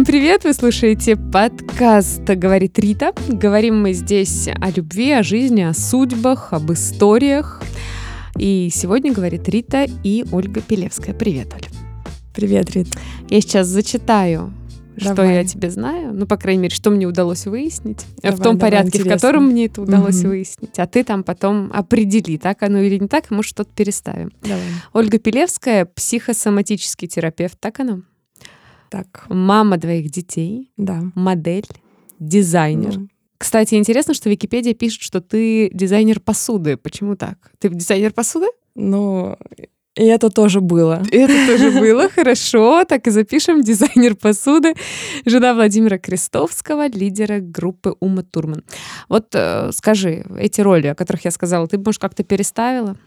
привет! Вы слушаете подкаст «Говорит Рита». Говорим мы здесь о любви, о жизни, о судьбах, об историях. И сегодня говорит Рита и Ольга Пилевская. Привет, Оля. Привет, Рит. Я сейчас зачитаю, что Давай. я тебе знаю. Ну, по крайней мере, что мне удалось выяснить. Давай, в том порядке, интересно. в котором мне это удалось Мгм. выяснить. А ты там потом определи, так оно или не так, и, может, что-то переставим. Давай. Ольга Пилевская, психосоматический терапевт, так оно? Так, Мама двоих детей, да. модель, дизайнер. Ну, Кстати, интересно, что Википедия пишет, что ты дизайнер посуды. Почему так? Ты дизайнер посуды? Ну, и это тоже было. Это тоже было. Хорошо. Так и запишем. Дизайнер посуды. Жена Владимира Крестовского, лидера группы Ума Турман. Вот скажи, эти роли, о которых я сказала, ты, может, как-то переставила?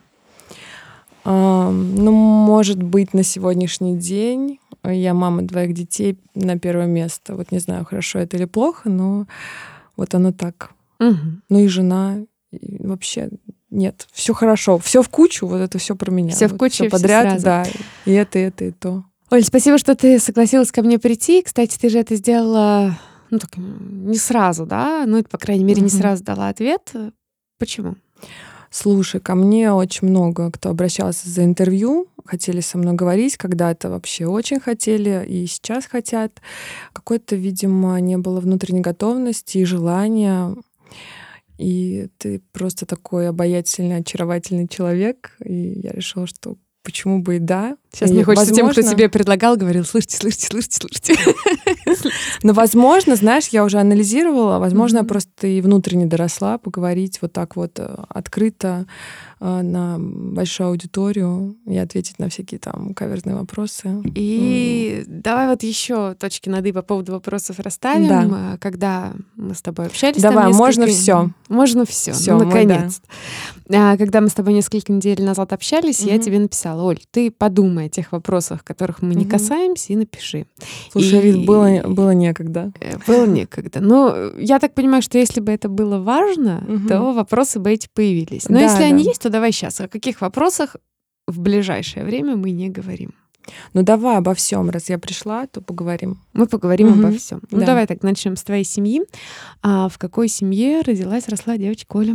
Ну, может быть, на сегодняшний день я мама двоих детей на первое место. Вот не знаю, хорошо это или плохо, но вот оно так. Мгм. Ну и жена, и вообще нет, все хорошо, все в кучу, вот это все про меня. Всё в Вот кучу всё и всё подряд, сразу. да, и это, и то. Оль, спасибо, что ты согласилась ко мне прийти. Кстати, ты же это сделала, ну, так, не сразу, да? Ну, это, по крайней мере, не Мгм. сразу дала ответ. Почему? Слушай, ко мне очень много кто обращался за интервью, хотели со мной говорить, когда-то вообще очень хотели и сейчас хотят. Какой-то, видимо, не было внутренней готовности и желания. И ты просто такой обаятельный, очаровательный человек. И я решила, что почему бы и да. Сейчас И, мне хочется тем, кто возможно- тебе предлагал, говорил, слышите. Но, возможно, знаешь, я уже анализировала, возможно, Мгм. я просто и внутренне доросла поговорить вот так вот открыто на большую аудиторию и ответить на всякие там каверзные вопросы. И давай вот еще точки над «и» по поводу вопросов расставим. Да. Когда мы с тобой общались, там Давай, можно несколько- всё. Можно все. Всё, Ну, мы, наконец. Когда мы с тобой несколько недель назад общались, я Мгм. тебе написала: Оль, ты подумай о тех вопросах, которых мы не Мгм. касаемся, и напиши. Слушай, И- Рит, было некогда. Было некогда. Но я так понимаю, что если бы это было важно, Мгм. то вопросы бы эти появились. Но Да, если они да. есть, то давай сейчас. О каких вопросах в ближайшее время мы не говорим? Ну давай обо всем, раз я пришла, то поговорим. Мы поговорим Мгм. обо всем. Ну Да. давай так, начнем с твоей семьи. В какой семье родилась, росла девочка Оля?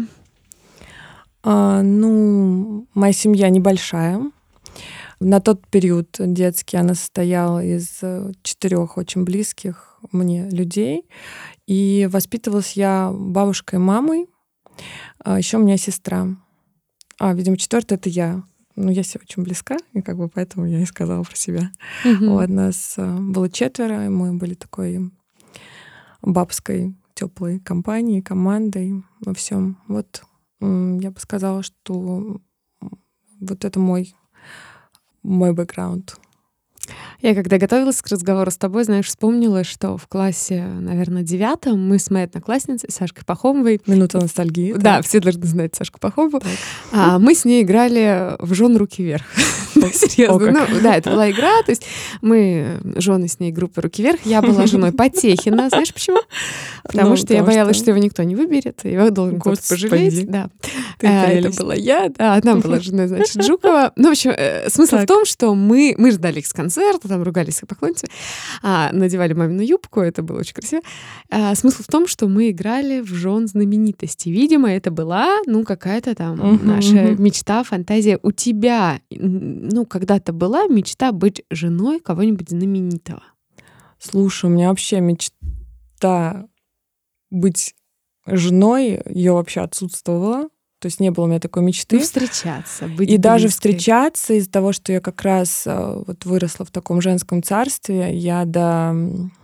Ну, моя семья небольшая. На тот период детский она состояла из 4 очень близких мне людей. И воспитывалась я бабушкой и мамой. Еще у меня сестра. Видимо, 4-я — это я. Ну, я себе очень близка, и как бы поэтому я и сказала про себя. Вот, нас было 4, и мы были такой бабской теплой компанией, командой во всем. Вот я бы сказала, что вот это мой бэкграунд. Я когда готовилась к разговору с тобой, знаешь, вспомнила, что в классе, наверное, 9 мы с моей одноклассницей Сашкой Пахомовой. Минута ностальгии. Да, так. все должны знать Сашку Пахомову. Так. Мы с ней играли в «Жен руки вверх». Ну, серьезно. О, как. Ну, да, это была игра. То есть мы жены с ней группы «Руки вверх». Я была женой Потехина. Знаешь почему? Потому что я боялась, что его никто не выберет. Его должен кто-то Господи, пожалеть. Да. ты Это прелесть. была я. Да, она была женой, значит, Жукова. Ну, в общем, смысл в Так. том, что мы ждали их с концерта, там ругались как поклонницы, надевали мамину юбку, это было очень красиво. Смысл в том, что мы играли в жен знаменитостей. Видимо, это была, какая-то там Мгм, наша мгм. мечта, фантазия. У тебя, когда-то была мечта быть женой кого-нибудь знаменитого? Слушай, у меня вообще мечта быть женой, ее вообще отсутствовала. То есть не было у меня такой мечты. Встречаться, быть И даже близкой. встречаться из-за того, что я как раз вот выросла в таком женском царстве, я до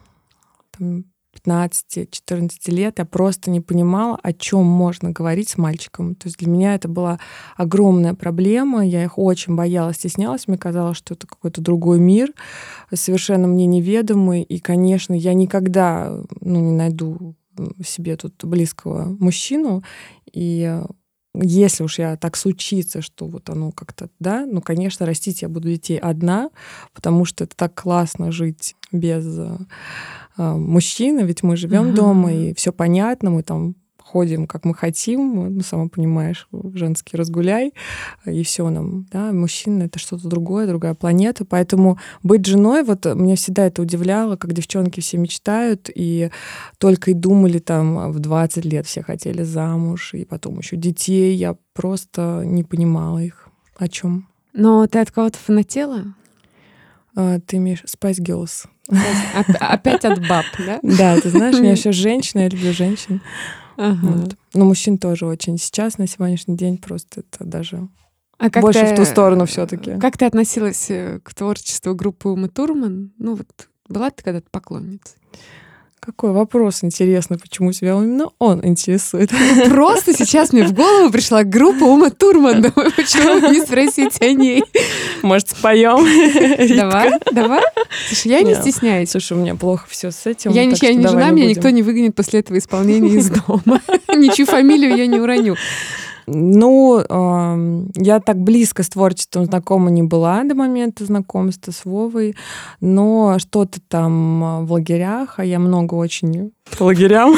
15-14 лет я просто не понимала, о чем можно говорить с мальчиком. То есть для меня это была огромная проблема. Я их очень боялась, стеснялась. Мне казалось, что это какой-то другой мир, совершенно мне неведомый. И, конечно, я никогда не найду себе тут близкого мужчину. И если уж я так случится, что вот оно как-то, да, конечно, растить я буду детей одна, потому что это так классно жить без мужчины, ведь мы живем дома, и все понятно, мы там ходим, как мы хотим, ну, сама понимаешь, женский разгуляй, и все нам, да, мужчина — это что-то другое, другая планета, поэтому быть женой, вот меня всегда это удивляло, как девчонки все мечтают, и только и думали там в 20 лет все хотели замуж, и потом еще детей, я просто не понимала их. О чем? Но ты от кого-то фанатела? Ты имеешь Spice Girls. Опять от баб, да? Да, ты знаешь, у меня все женщины, я люблю женщин. Ага. Вот. Но мужчин тоже очень. Сейчас, на сегодняшний день, просто это даже как больше ты, в ту сторону все-таки. Как ты относилась к творчеству группы Умы Турман? Ну вот, была ты когда-то поклонницей? Какой вопрос интересный, почему тебя именно он интересует? Просто сейчас мне в голову пришла группа Ума Турман. Думаю, почему не спросить о ней? Может, споем? Давай. Слушай, я не стесняюсь. Слушай, у меня плохо все с этим. Я не жена, меня никто не выгонит после этого исполнения из дома. Ничью фамилию я не уроню. Ну, я так близко с творчеством знакома не была до момента знакомства с Вовой, но что-то там в лагерях, а я много очень по лагерям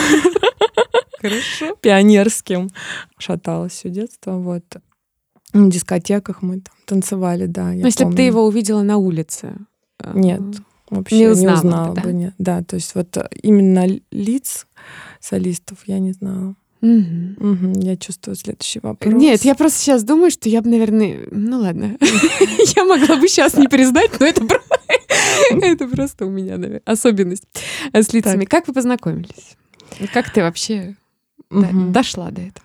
пионерским шаталась все детство, вот. В дискотеках мы там танцевали, да. Но если бы ты его увидела на улице? Нет, вообще не узнала бы, нет. Да, то есть вот именно лиц солистов я не знала. Я чувствую следующий вопрос. Нет, я просто сейчас думаю, что я бы, наверное... Ну ладно. Я могла бы сейчас не признать, но это просто у меня, наверное, особенность с лицами. Как вы познакомились? Как ты вообще дошла до этого?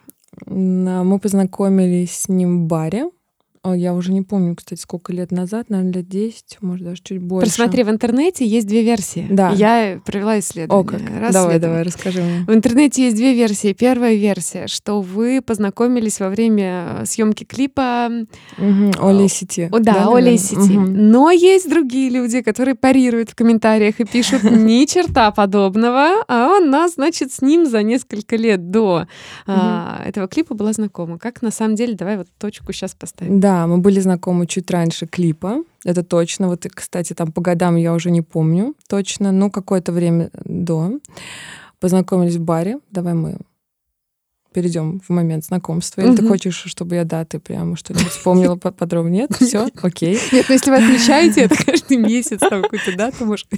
Мы познакомились с ним в баре. Я уже не помню, кстати, сколько лет назад, наверное, лет 10, может, даже чуть больше. Просмотри, в интернете есть 2 версии. Да. Я провела исследование. О, как? Давай, расскажи мне. В интернете есть 2 версии. Первая версия, что вы познакомились во время съемки клипа Олей Сити. Да, Олей Сити. Но есть другие люди, которые парируют в комментариях и пишут ни черта подобного, а она, значит, с ним за несколько лет до этого клипа была знакома. Как на самом деле, давай вот точку сейчас поставим. Да, мы были знакомы чуть раньше клипа, это точно. Вот, кстати, там по годам я уже не помню точно, но какое-то время до. Познакомились в баре. Давай мы перейдем в момент знакомства. Или ты хочешь, чтобы я даты прямо что-нибудь вспомнила подробнее? Нет? Все, окей. Нет, ну если вы отмечаете это каждый месяц, там какую-то дату, может...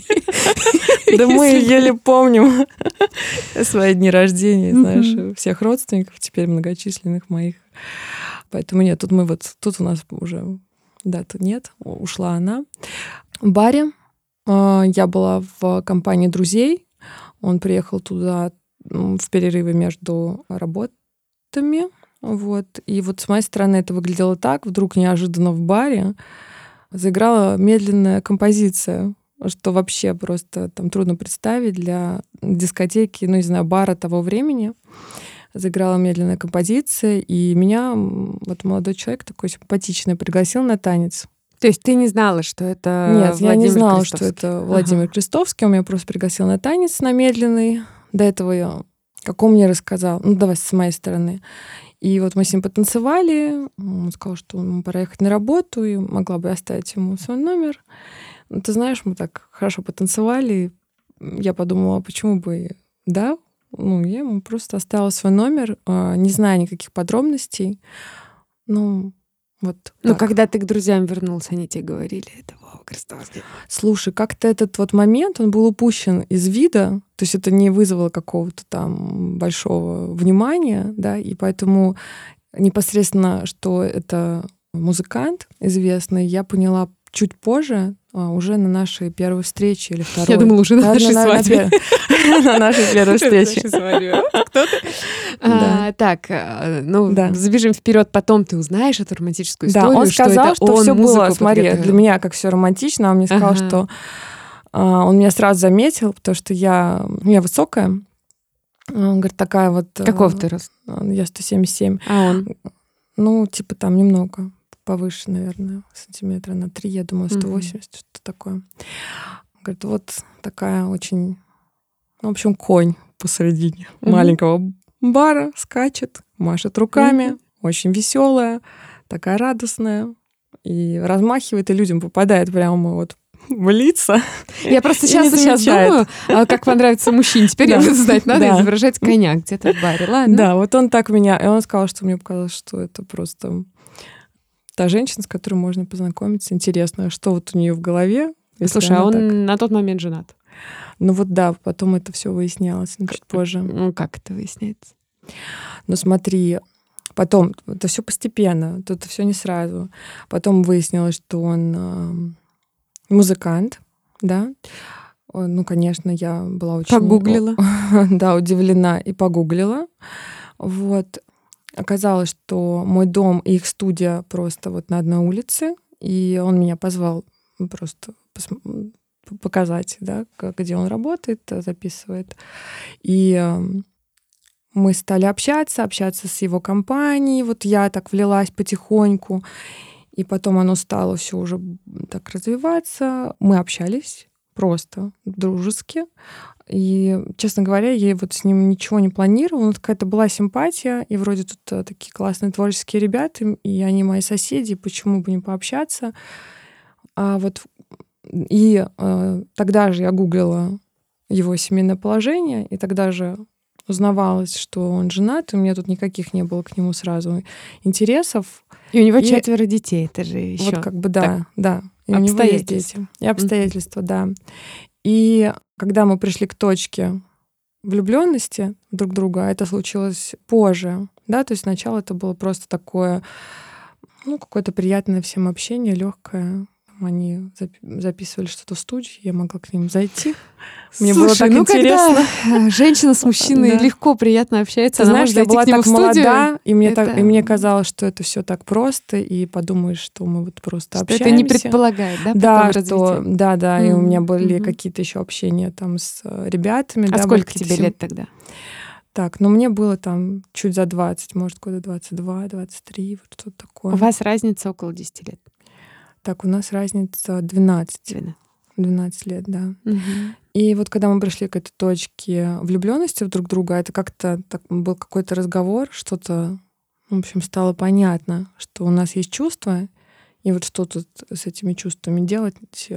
Да мы еле помним свои дни рождения, знаешь, всех родственников, теперь многочисленных моих. Поэтому нет, тут у нас уже даты нет, ушла она. В баре я была в компании друзей, он приехал туда в перерыве между работами, вот. И вот с моей стороны это выглядело так, вдруг неожиданно в баре заиграла медленная композиция, что вообще просто там трудно представить для дискотеки, ну, не знаю, бара того времени. Заиграла медленная композиция, и меня вот молодой человек такой симпатичный пригласил на танец. То есть ты не знала, что это Нет, я не знала, что это Владимир Крестовский. Он меня просто пригласил на танец на медленный. До этого как он мне рассказал. Ну, давай с моей стороны. И вот мы с ним потанцевали. Он сказал, что ему пора ехать на работу, и могла бы оставить ему свой номер. Ну, ты знаешь, мы так хорошо потанцевали. Я подумала, почему бы да. Ну, я ему просто оставила свой номер, не зная никаких подробностей. Ну, вот ну, когда ты к друзьям вернулся, они тебе говорили, это Вова Крестовский. Слушай, как-то этот вот момент, он был упущен из вида, то есть это не вызвало какого-то там большого внимания, да, и поэтому непосредственно, что это музыкант известный, я поняла чуть позже, уже на нашей первой встрече или второй. Я думала, уже на нашей свадьбе. На нашей первой встрече. Кто ты? Так, ну, забежим вперед, потом ты узнаешь эту романтическую историю. Да, он сказал, что все было, смотри, для меня как все романтично, он мне сказал, что он меня сразу заметил, потому что я высокая. Он говорит, такая вот... Какого ты рост? Я 177. А он? Ну, типа там немного повыше, наверное, сантиметра на 3, я думаю, 180, что-то такое. Он говорит, вот такая очень... Ну, в общем, конь посередине маленького бара скачет, машет руками, очень веселая, такая радостная, и размахивает, и людям попадает прямо вот влиться. Я просто И не сейчас замечает. думаю, как понравится мужчине. Теперь я Да. буду знать, надо Да. изображать коня где-то в баре. Ладно. Да, вот он так меня... И он сказал, что мне показалось, что это просто та женщина, с которой можно познакомиться. Интересно, что вот у нее в голове. если Слушай, а она он так- на тот момент женат? Ну вот да, потом это все выяснялось чуть позже. Ну, как это выясняется? Но смотри, потом, это все постепенно, тут все не сразу. Потом выяснилось, что он музыкант, да. Ну, конечно, я была очень... Погуглила. Да, удивлена и погуглила. Вот. Оказалось, что мой дом и их студия просто вот на одной улице, и он меня позвал просто показать, да, где он работает, записывает. И мы стали общаться с его компанией. Вот я так влилась потихоньку. И потом оно стало все уже так развиваться. Мы общались просто дружески. И, честно говоря, я вот с ним ничего не планировала. Ну, какая-то была симпатия. И вроде тут такие классные творческие ребята, и они мои соседи, почему бы не пообщаться. И тогда же я гуглила его семейное положение, и тогда же узнавалось, что он женат, и у меня тут никаких не было к нему сразу интересов. И у него И 4 детей, это же еще. Вот как бы да. И у него есть обстоятельства. дети. И обстоятельства, да. И когда мы пришли к точке влюбленности друг в друга, это случилось позже, да, то есть сначала это было просто такое, ну, какое-то приятное всем общение, легкое. Они записывали что-то в студии, я могла к ним зайти. Мне было так интересно. Когда женщина с мужчиной Да. легко, приятно общается, Ты она знаешь, может я зайти была к нему так в студию, молода, и это- мне казалось, что это все так просто, и подумаешь, что мы вот просто что общаемся. это не предполагает, да, Да, потом что, развитие? да, и у меня были Мгм. какие-то еще общения там с ребятами. А да, были сколько какие-то тебе лет тогда? Так, ну мне было там чуть за 20, может, года 22, 23, вот что-то такое. У вас разница около 10 лет. Так, у нас разница 12. Двенадцать. 12 лет, да. Мгм. И вот когда мы пришли к этой точке влюбленности в друг друга, это как-то был какой-то разговор, что-то, в общем, стало понятно, что у нас есть чувства, и вот что тут с этими чувствами делать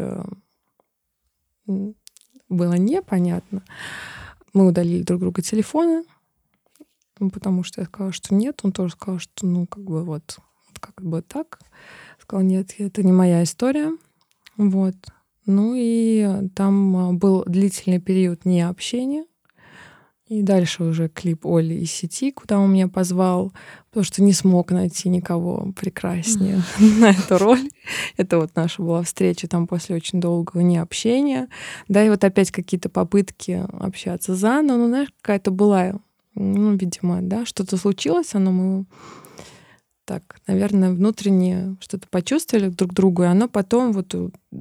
было непонятно. Мы удалили друг друга телефоны, потому что я сказала, что нет. Он тоже сказал, что вот как бы так. Сказал, нет, это не моя история. Вот. Ну и там был длительный период необщения. И дальше уже клип Оли из сети, куда он меня позвал, потому что не смог найти никого прекраснее на эту роль. Это вот наша была встреча там после очень долгого необщения. Да, и вот опять какие-то попытки общаться заново. Ну, знаешь, какая-то была, ну, видимо, да, что-то случилось, мы так, наверное, внутренне что-то почувствовали друг другу, и оно потом вот,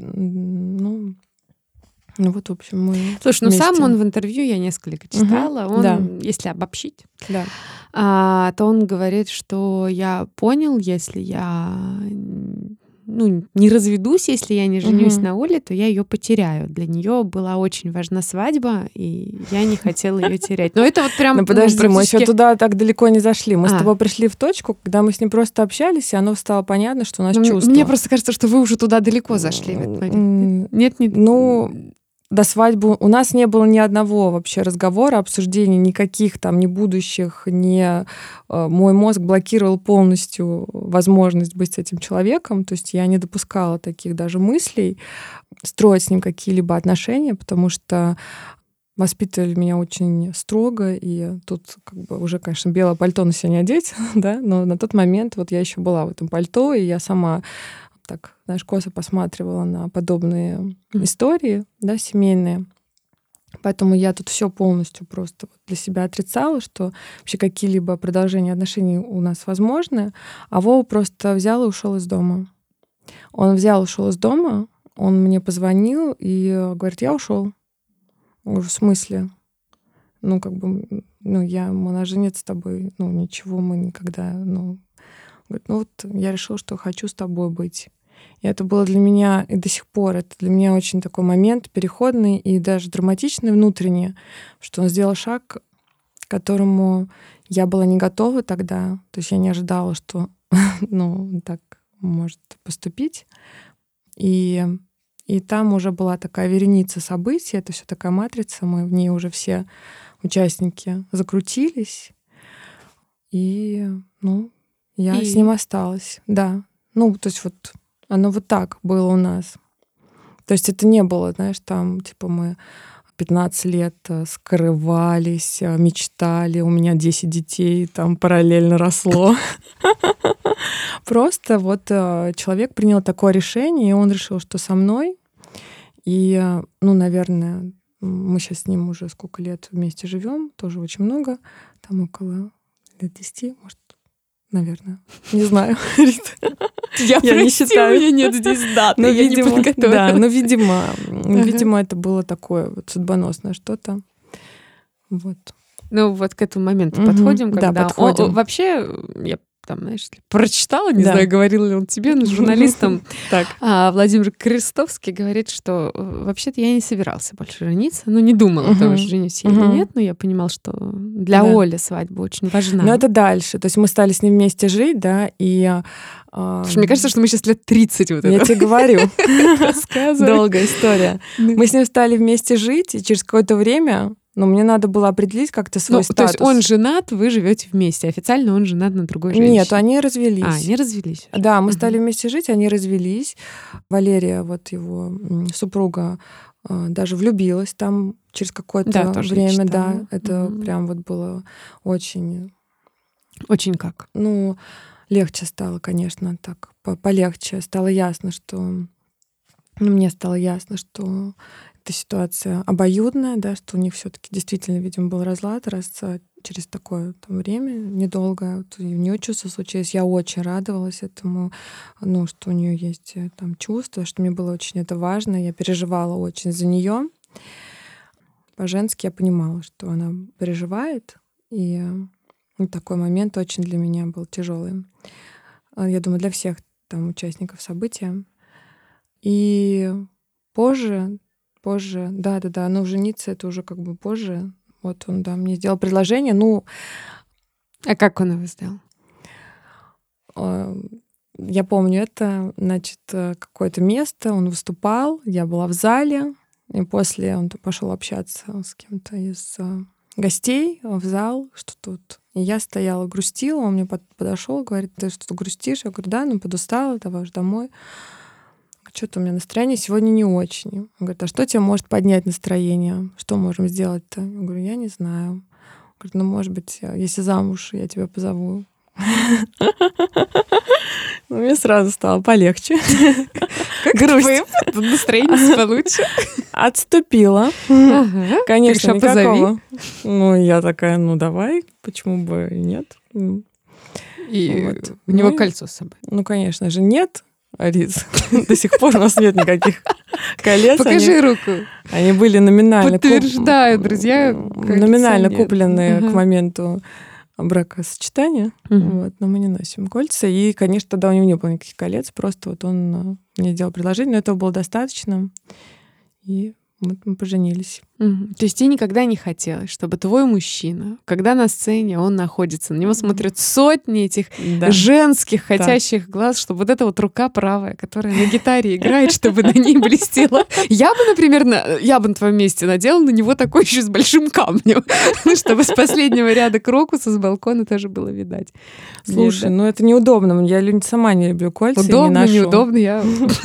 вот, в общем, мы Слушай, ну сам вместе. он в интервью, я несколько читала, он, да. если обобщить, Да. то он говорит, что я понял, если я не разведусь, если я не женюсь Мгм. на Оле, то я ее потеряю. Для нее была очень важна свадьба, и я не хотела ее терять. Но это вот прям Ну, подожди, мы еще практически- туда так далеко не зашли. Мы с А. тобой пришли в точку, когда мы с ним просто общались, и оно стало понятно, что у нас Ну, чувства. Мне просто кажется, что вы уже туда далеко зашли в этот момент. Нет, не... Ну, до свадьбы у нас не было ни одного вообще разговора, обсуждений никаких там, ни будущих, ни... Мой мозг блокировал полностью возможность быть с этим человеком, то есть я не допускала таких даже мыслей, строить с ним какие-либо отношения, потому что воспитывали меня очень строго, и тут как бы уже, конечно, белое пальто на себя не одеть, да, но на тот момент вот я еще была в этом пальто, и я сама так, знаешь, косо посматривала на подобные истории, да, семейные. Поэтому я тут все полностью просто для себя отрицала, что вообще какие-либо продолжения отношений у нас возможны. А Вова просто взял и ушел из дома. Он взял, ушел из дома, он мне позвонил и говорит, я ушел. Я говорю, в смысле? У нас же нет с тобой, ничего, мы никогда, Говорит, вот я решил, что хочу с тобой быть. И это было для меня, и до сих пор, это для меня очень такой момент переходный и даже драматичный внутренне, что он сделал шаг, к которому я была не готова тогда. То есть я не ожидала, что он так может поступить. И И там уже была такая вереница событий, это все такая матрица, мы в ней уже все участники закрутились, и, ну, я с ним И осталась, да. Ну, то есть вот оно вот так было у нас. То есть это не было, знаешь, там, типа, мы 15 лет скрывались, мечтали, у меня 10 детей там параллельно росло. Просто вот человек принял такое решение, и он решил, что со мной. И, ну, наверное, мы сейчас с ним уже сколько лет вместе живем, тоже очень много, там около лет 10, может, наверное. Не знаю, Рит. я Я не прости, у считаю. меня нет здесь даты, Но, я не видимо, да, подготовилась. но, видимо, Ага. видимо, это было такое вот судьбоносное что-то. Вот. Ну, вот к этому моменту Мгм. подходим, Да, когда подходим. вообще, я там, знаешь, прочитала, не Да. знаю, говорил ли он тебе, но журналистам Так. Владимир Крестовский говорит, что вообще-то я не собирался больше жениться, ну, не думал о том, Мгм. женюсь я или Мгм. нет, но я понимал, что для Да. Оли свадьба очень важна. Но это дальше. То есть мы стали с ним вместе жить, да, и Потому что мне кажется, что мы сейчас лет 30 вот я это тебе говорю, рассказываем. долгая история. Да. Мы с ним стали вместе жить, и через какое-то время, ну, мне надо было определить как-то свой Ну, то есть статус. он женат, вы живете вместе. Официально он женат на другой женщине. Нет, они развелись. Они развелись уже. Да, мы Мгм. стали вместе жить, они развелись. Валерия, вот его супруга, даже влюбилась там через какое-то Да, тоже я время, читала. да. Это Мгм. прям вот было очень, Очень как? ну, легче стало, конечно, так полегче. Стало ясно, что, ну, мне стало ясно, что эта ситуация обоюдная, да, что у них все-таки действительно, видимо, был разлад, раз через такое там время недолгое, вот, и у нее чувства случились. Я очень радовалась этому, ну, что у нее есть там чувства, что мне было очень это важно. Я переживала очень за нее. По-женски я понимала, что она переживает, и такой момент очень для меня был тяжелый. Я думаю, для всех там участников события. И позже, да-да-да, но жениться это уже как бы позже. Вот он, да, мне сделал предложение. Ну, А как он его сделал? а, я помню это, значит, какое-то место, он выступал, я была в зале, и после он пошел общаться с кем-то из гостей в зал, что тут. И я стояла, грустила, он мне подошел, говорит, ты что-то грустишь? Я говорю, да, ну подустала, давай уж домой. Что-то у меня настроение сегодня не очень. Он говорит, а что тебе может поднять настроение? Что можем сделать-то? Я говорю, я не знаю. Он говорит, ну, может быть, если замуж, я тебя позову. Мне сразу стало полегче. Грусть. Настроение получше. Отступила. Ага. Конечно, Ты что, позови? никакого. Ну, я такая, ну, давай, почему бы и нет? И Вот. у него Ну и- кольцо с собой. Ну, конечно же, нет, Риз. До сих пор у нас нет никаких колец. Покажи руку. Они были номинально Подтверждаю, друзья, номинально кольца нет. куплены Ага. к моменту бракосочетания. Мгм. Вот, но мы не носим кольца. И, конечно, тогда у него не было никаких колец. Просто вот он мне сделал предложение, но этого было достаточно. И вот мы поженились. Мгм. То есть тебе никогда не хотелось, чтобы твой мужчина, когда на сцене он находится, на него смотрят сотни этих Да. женских хотящих глаз, чтобы вот эта вот рука правая, которая на гитаре играет, чтобы на ней блестела. Я бы, например, я бы на твоем месте надела на него такой еще с большим камнем, чтобы с последнего ряда крокуса с балкона тоже было видать. Слушай, Нет, ну это неудобно. Я сама не люблю кольца, удобно, не ношу. неудобно, я...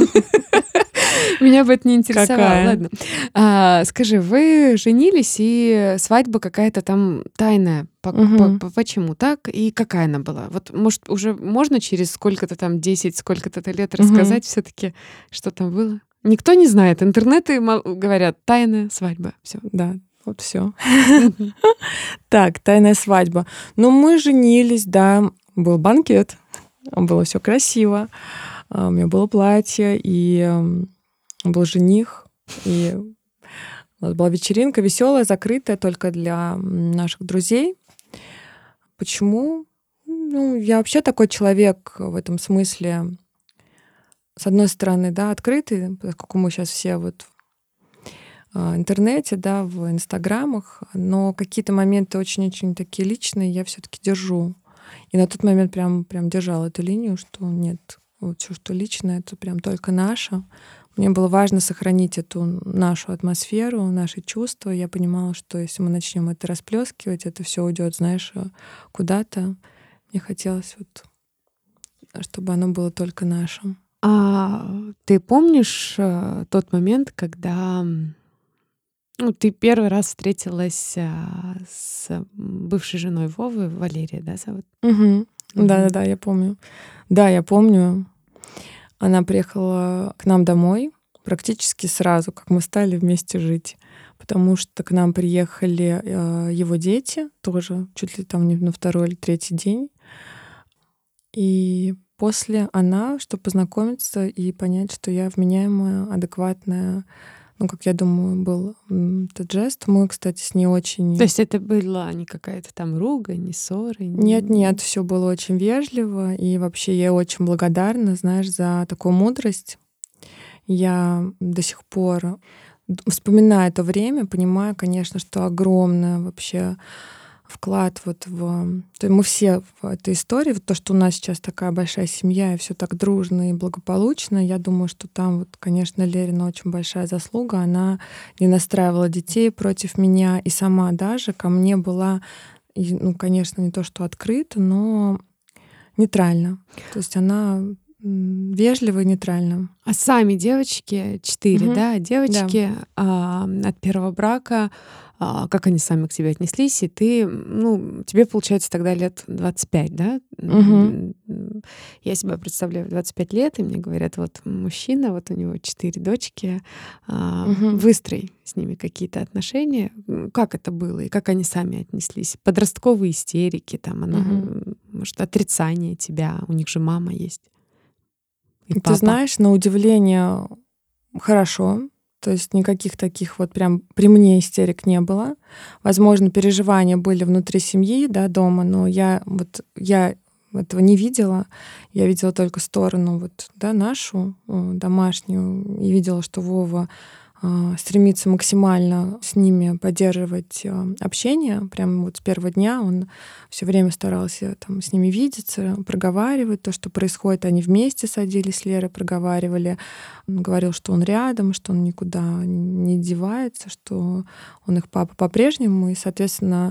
Меня бы это не интересовало. Какая? Ладно. Скажи, вы женились, и свадьба какая-то там тайная. Мгм. Почему так? И какая она была? Вот, может, уже можно через сколько-то там 10, сколько-то лет Мгм. рассказать все-таки, что там было? Никто не знает. Интернеты говорят, тайная свадьба. Все. Да, вот все. Так, тайная свадьба. Ну, мы женились, да, был банкет, было все красиво. У меня было платье, и был жених, и у нас была вечеринка веселая, закрытая только для наших друзей. Почему? Ну, я вообще такой человек в этом смысле. С одной стороны, да, открытый, поскольку мы сейчас все вот в интернете, да, в инстаграмах, но какие-то моменты очень-очень такие личные я все-таки держу. И на тот момент прям держала эту линию, что нет, вот все, что личное, это прям только наше. Мне было важно сохранить эту нашу атмосферу, наши чувства. Я понимала, что если мы начнем это расплескивать, это все уйдет, знаешь, куда-то. Мне хотелось вот, чтобы оно было только нашим. А ты помнишь тот момент, когда ты первый раз встретилась с бывшей женой Вовы, Валерия, да, зовут? Мгм. Мгм. Да-да-да, я помню. Да, я помню. Она приехала к нам домой практически сразу, как мы стали вместе жить. Потому что к нам приехали его дети тоже чуть ли там не на второй или третий день. И после она, чтобы познакомиться и понять, что я вменяемая, адекватная, ну, как я думаю, был этот жест. Мы, кстати, с ней То очень... есть это была не какая-то там ругань, не ссора? Нет-нет, все было очень вежливо. И вообще я ей очень благодарна, знаешь, за такую мудрость. Я до сих пор, вспоминая это время, понимаю, конечно, что огромное вообще вклад вот в... То есть мы все в этой истории, вот то, что у нас сейчас такая большая семья, и все так дружно и благополучно, я думаю, что там вот, конечно, Лерина очень большая заслуга. Она не настраивала детей против меня, и сама даже ко мне была, ну, конечно, не то что открыта, но нейтрально. То есть она вежливо и нейтрально. А сами девочки, 4, Мгм. да, Да. девочки от первого брака, как они сами к тебе отнеслись, и ты, тебе, получается, тогда лет 25, да? Мгм. Я себя представляю в 25 лет, и мне говорят, вот мужчина, вот у него 4 дочки, Мгм. выстрой с ними какие-то отношения. Как это было, и как они сами отнеслись? Подростковые истерики, там, она, Мгм. может, отрицание тебя, у них же мама есть и Ты папа. знаешь, на удивление хорошо. То есть никаких таких вот прям при мне истерик не было. Возможно, переживания были внутри семьи, да, дома, но я этого не видела. Я видела только сторону вот, да, нашу, домашнюю, и видела, что Вова стремится максимально с ними поддерживать общение. Прямо вот с первого дня он все время старался там с ними видеться, проговаривать то, что происходит. Они вместе садились с Лерой, проговаривали. Он говорил, что он рядом, что он никуда не девается, что он их папа по-прежнему. И, соответственно,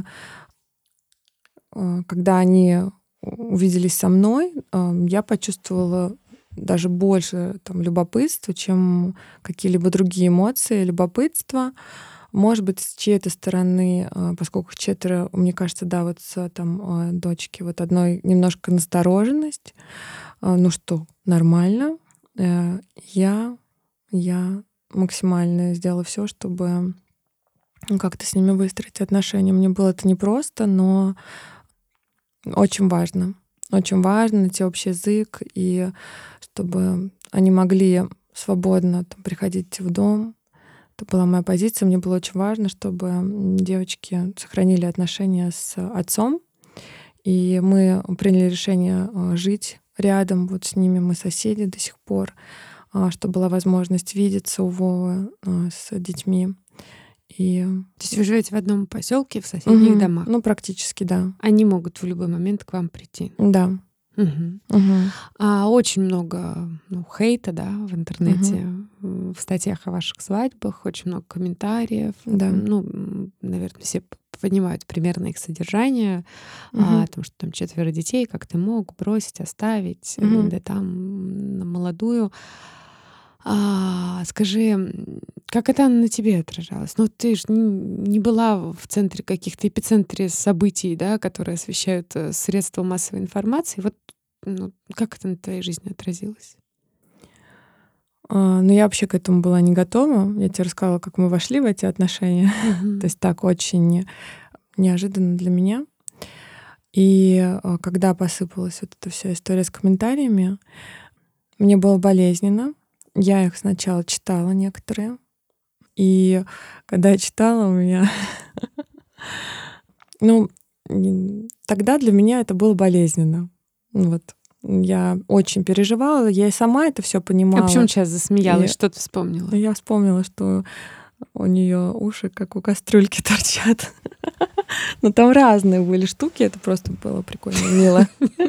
когда они увиделись со мной, я почувствовала даже больше там любопытства, чем какие-либо другие эмоции. Любопытство, может быть, с чьей-то стороны, поскольку их 4, мне кажется, да, вот с дочки, вот одной немножко настороженность. Ну что, нормально. Э, Я я максимально сделала все, чтобы как-то с ними выстроить отношения. Мне было это непросто, но очень важно. Очень важно найти общий язык, и чтобы они могли свободно там приходить в дом. Это была моя позиция. Мне было очень важно, чтобы девочки сохранили отношения с отцом. И мы приняли решение жить рядом. Вот с ними мы соседи до сих пор, чтобы была возможность видеться у Вовы с детьми. И То есть вы живете в одном поселке, в соседних домах. ну, практически, да. Они могут в любой момент к вам прийти. Да. Мгм. Мгм. Очень много хейта, да, в Мгм. интернете, в статьях о ваших свадьбах, очень много комментариев. Да. Наверное, все понимают примерно их содержание, Мгм. о том, что там 4 детей, как ты мог бросить, оставить, Мгм. да там на молодую. Скажи, как это на тебе отражалось? Ну, ты же не была в центре каких-то эпицентре событий, да, которые освещают средства массовой информации. Вот как это на твоей жизни отразилось? Но я вообще к этому была не готова. Я тебе рассказала, как мы вошли в эти отношения. То Мгм. есть так очень неожиданно для меня. И когда посыпалась вот эта вся история с комментариями, мне было болезненно. Я их сначала читала некоторые. И когда я читала, у меня... Ну, тогда для меня это было болезненно. Вот. Я очень переживала, я и сама это все А почему понимала. ты щас засмеялась? И Что ты вспомнила? я вспомнила, что у нее уши как у кастрюльки торчат. Но там разные были штуки, это просто было прикольно, мило.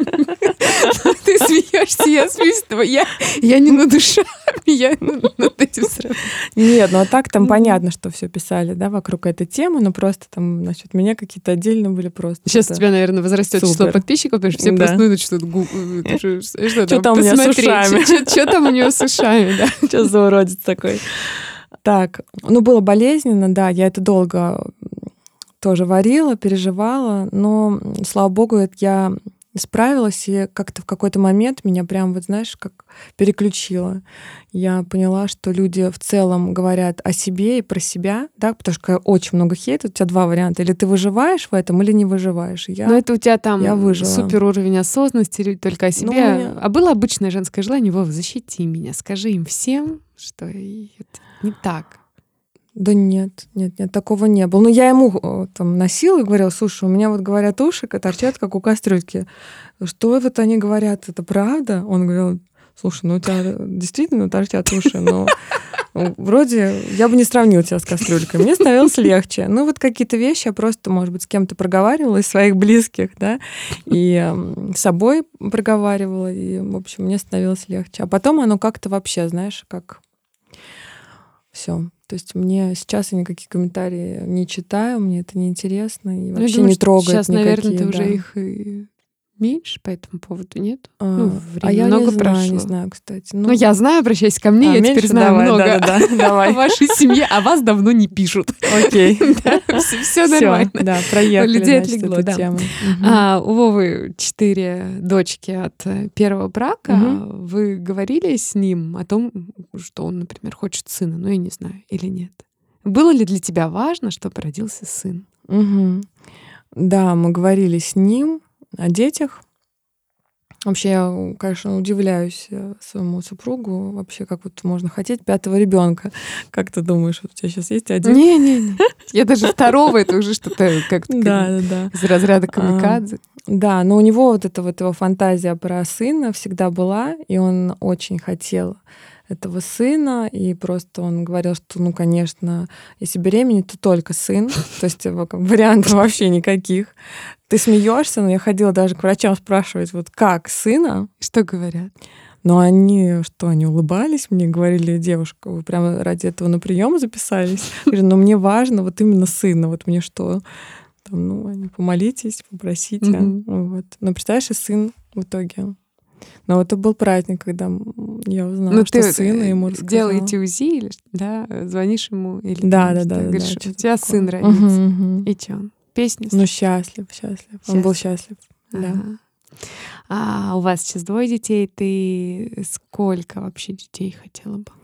Ты смеешься, я смеюсь. Я не над душами, я над этим сразу. Нет, ну а так там понятно, что все писали, да, вокруг этой темы, но просто там насчет меня какие-то отдельно были просто. Сейчас у тебя, наверное, возрастет число подписчиков, потому что все просто начнут что там у меня с ушами. Что там у нее с ушами, да. Что за уродец такой? Так, ну было болезненно, да, я это долго тоже варила, переживала, но, слава богу, я справилась, и как-то в какой-то момент меня прям, вот знаешь, как переключило. Я поняла, что люди в целом говорят о себе и про себя, да, потому что очень много хейта, у тебя два варианта. Или ты выживаешь в этом, или не выживаешь. Но это у тебя там выжила. Супер уровень осознанности или только о себе. А было обычное женское желание: Вова, защити меня, скажи им всем, что это не так. Да нет, такого не было. Ну, я ему там носила и говорила: слушай, у меня вот, говорят, уши торчат, как у кастрюльки. Что вот они говорят, это правда? Он говорил: слушай, ну у тебя действительно торчат уши, но вроде я бы не сравнила тебя с кастрюлькой. Мне становилось легче. Ну, вот какие-то вещи я просто, может быть, с кем-то проговаривала из своих близких, да, и с собой проговаривала, и, в общем, мне становилось легче. А потом оно как-то вообще, знаешь, как все. То есть мне сейчас я никакие комментарии не читаю, мне это неинтересно и вообще не трогает сейчас, никакие. Наверное, ты уже их и меньше по этому поводу нет? Время я много прошло. Не знаю, кстати. Ну, я знаю, обращайся ко мне, я теперь знаю много давай. о вашей семье, а вас давно не пишут. Окей. Все нормально. Да, проехали, людей отлегло, эту тему. У Вовы 4 дочки от первого брака. Вы говорили с ним о том, что он, например, хочет сына? Ну, я не знаю, или нет. Было ли для тебя важно, чтобы родился сын? Да, мы говорили с ним о детях. Вообще, я, конечно, удивляюсь своему супругу. Вообще, как вот можно хотеть 5-го ребенка? Как ты думаешь, вот у тебя сейчас есть один? Не. Я даже 2-го, это уже что-то как-то из разряда камикадзе. Да, но у него вот эта вот его фантазия про сына всегда была, и он очень хотел этого сына, и просто он говорил, что, ну, конечно, если беременеть, то только сын, то есть вариантов вообще никаких. Ты смеешься, но я ходила даже к врачам спрашивать, вот как сына? Что говорят? Но они улыбались мне, говорили: девушка, вы прямо ради этого на прием записались? Я говорю: но мне важно вот именно сына, вот мне что? Там, ну, помолитесь, попросите. Вот. Но представляешь, и сын в итоге. Но это был праздник, когда я узнала, что сын, и ему рассказала. Делаете УЗИ, или, да, звонишь ему, или да, говоришь, у тебя сын родится. И что, песню? Ну, счастлив. Он был счастлив, да. А у вас сейчас 2 детей, ты сколько вообще детей хотела бы?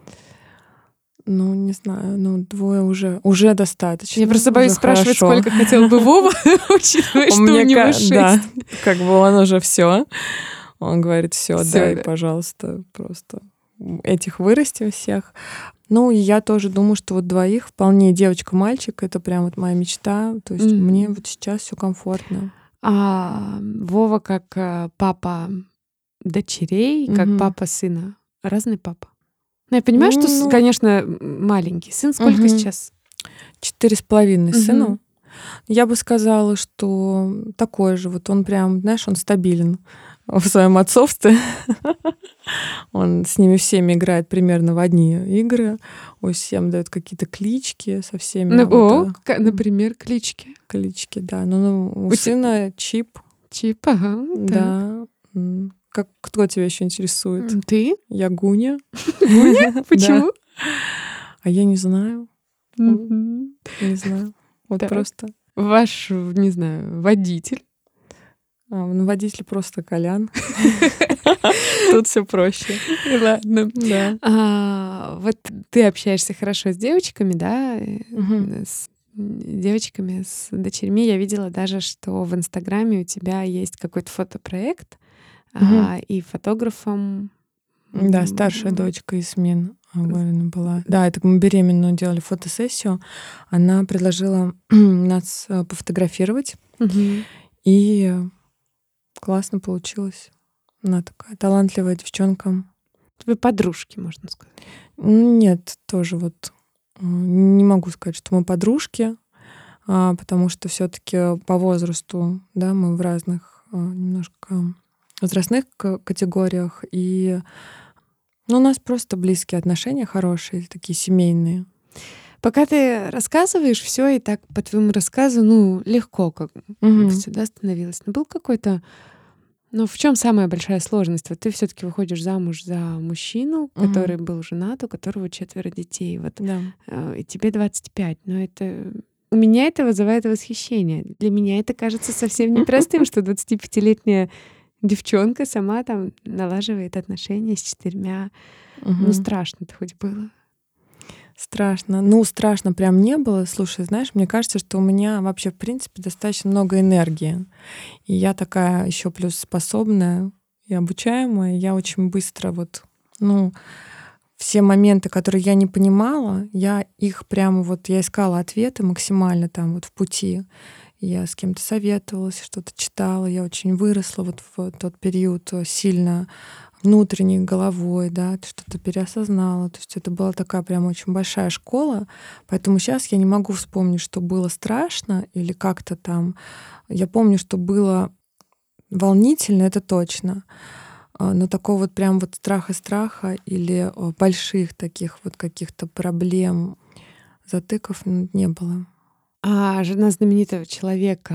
Ну, не знаю, 2 уже достаточно. Я просто боюсь спрашивать, сколько хотел бы Вова, учитывая, что у него 6. Да, как бы он уже все. Он говорит: все, дай, пожалуйста, просто этих вырастим всех. Ну, и я тоже думаю, что вот 2 вполне девочка-мальчик, это прям вот моя мечта. То есть мне вот сейчас все комфортно. А Вова как папа дочерей, как папа сына. Разный папа? Ну, я понимаю, что, конечно, маленький сын. Сколько сейчас? 4,5 сыну. Я бы сказала, что такой же. Вот он прям, знаешь, он стабилен в своем отцовстве. Он с ними всеми играет примерно в одни игры. Всем дает какие-то клички со всеми. Например, клички. Клички, да. Ну, у сына Чип. Чип, ага. Да. Кто тебя еще интересует? Ты? Я Гуня. Гуня? Почему? А я не знаю. Не знаю. Вот просто. Ваш, не знаю, водитель. Водитель просто Колян. Тут все проще. Ладно. Да. Вот ты общаешься хорошо с девочками, да? С девочками, с дочерьми. Я видела даже, что в Инстаграме у тебя есть какой-то фотопроект, и фотографом... Да, старшая дочка Исмин была. Да, это мы беременную делали фотосессию. Она предложила нас пофотографировать. И классно получилось. Она такая талантливая девчонка. Вы подружки, можно сказать? Нет, тоже вот не могу сказать, что мы подружки. потому что все-таки по возрасту, да, мы в разных немножко возрастных категориях, и у нас просто близкие отношения, хорошие, такие семейные. Пока ты рассказываешь все, и так по твоему рассказу, легко как все, да, становилось. Но был какой-то... в чем самая большая сложность? Вот ты все-таки выходишь замуж за мужчину, который был женат, у которого 4 детей. Вот, Да. И тебе 25. Но это... У меня это вызывает восхищение. Для меня это кажется совсем непростым, что 25-летняя девчонка сама там налаживает отношения с 4. Страшно-то хоть было? Страшно. Страшно прям не было. Слушай, знаешь, мне кажется, что у меня вообще, в принципе, достаточно много энергии. И я такая еще плюс способная и обучаемая. Я очень быстро все моменты, которые я не понимала, я их прямо я искала ответы максимально там в пути. Я с кем-то советовалась, что-то читала. Я очень выросла в тот период сильно внутренней головой, да, что-то переосознала. То есть это была такая прям очень большая школа. Поэтому сейчас я не могу вспомнить, что было страшно или как-то там. Я помню, что было волнительно, это точно. Но такого прям страха или больших таких каких-то проблем, затыков не было. А жена знаменитого человека...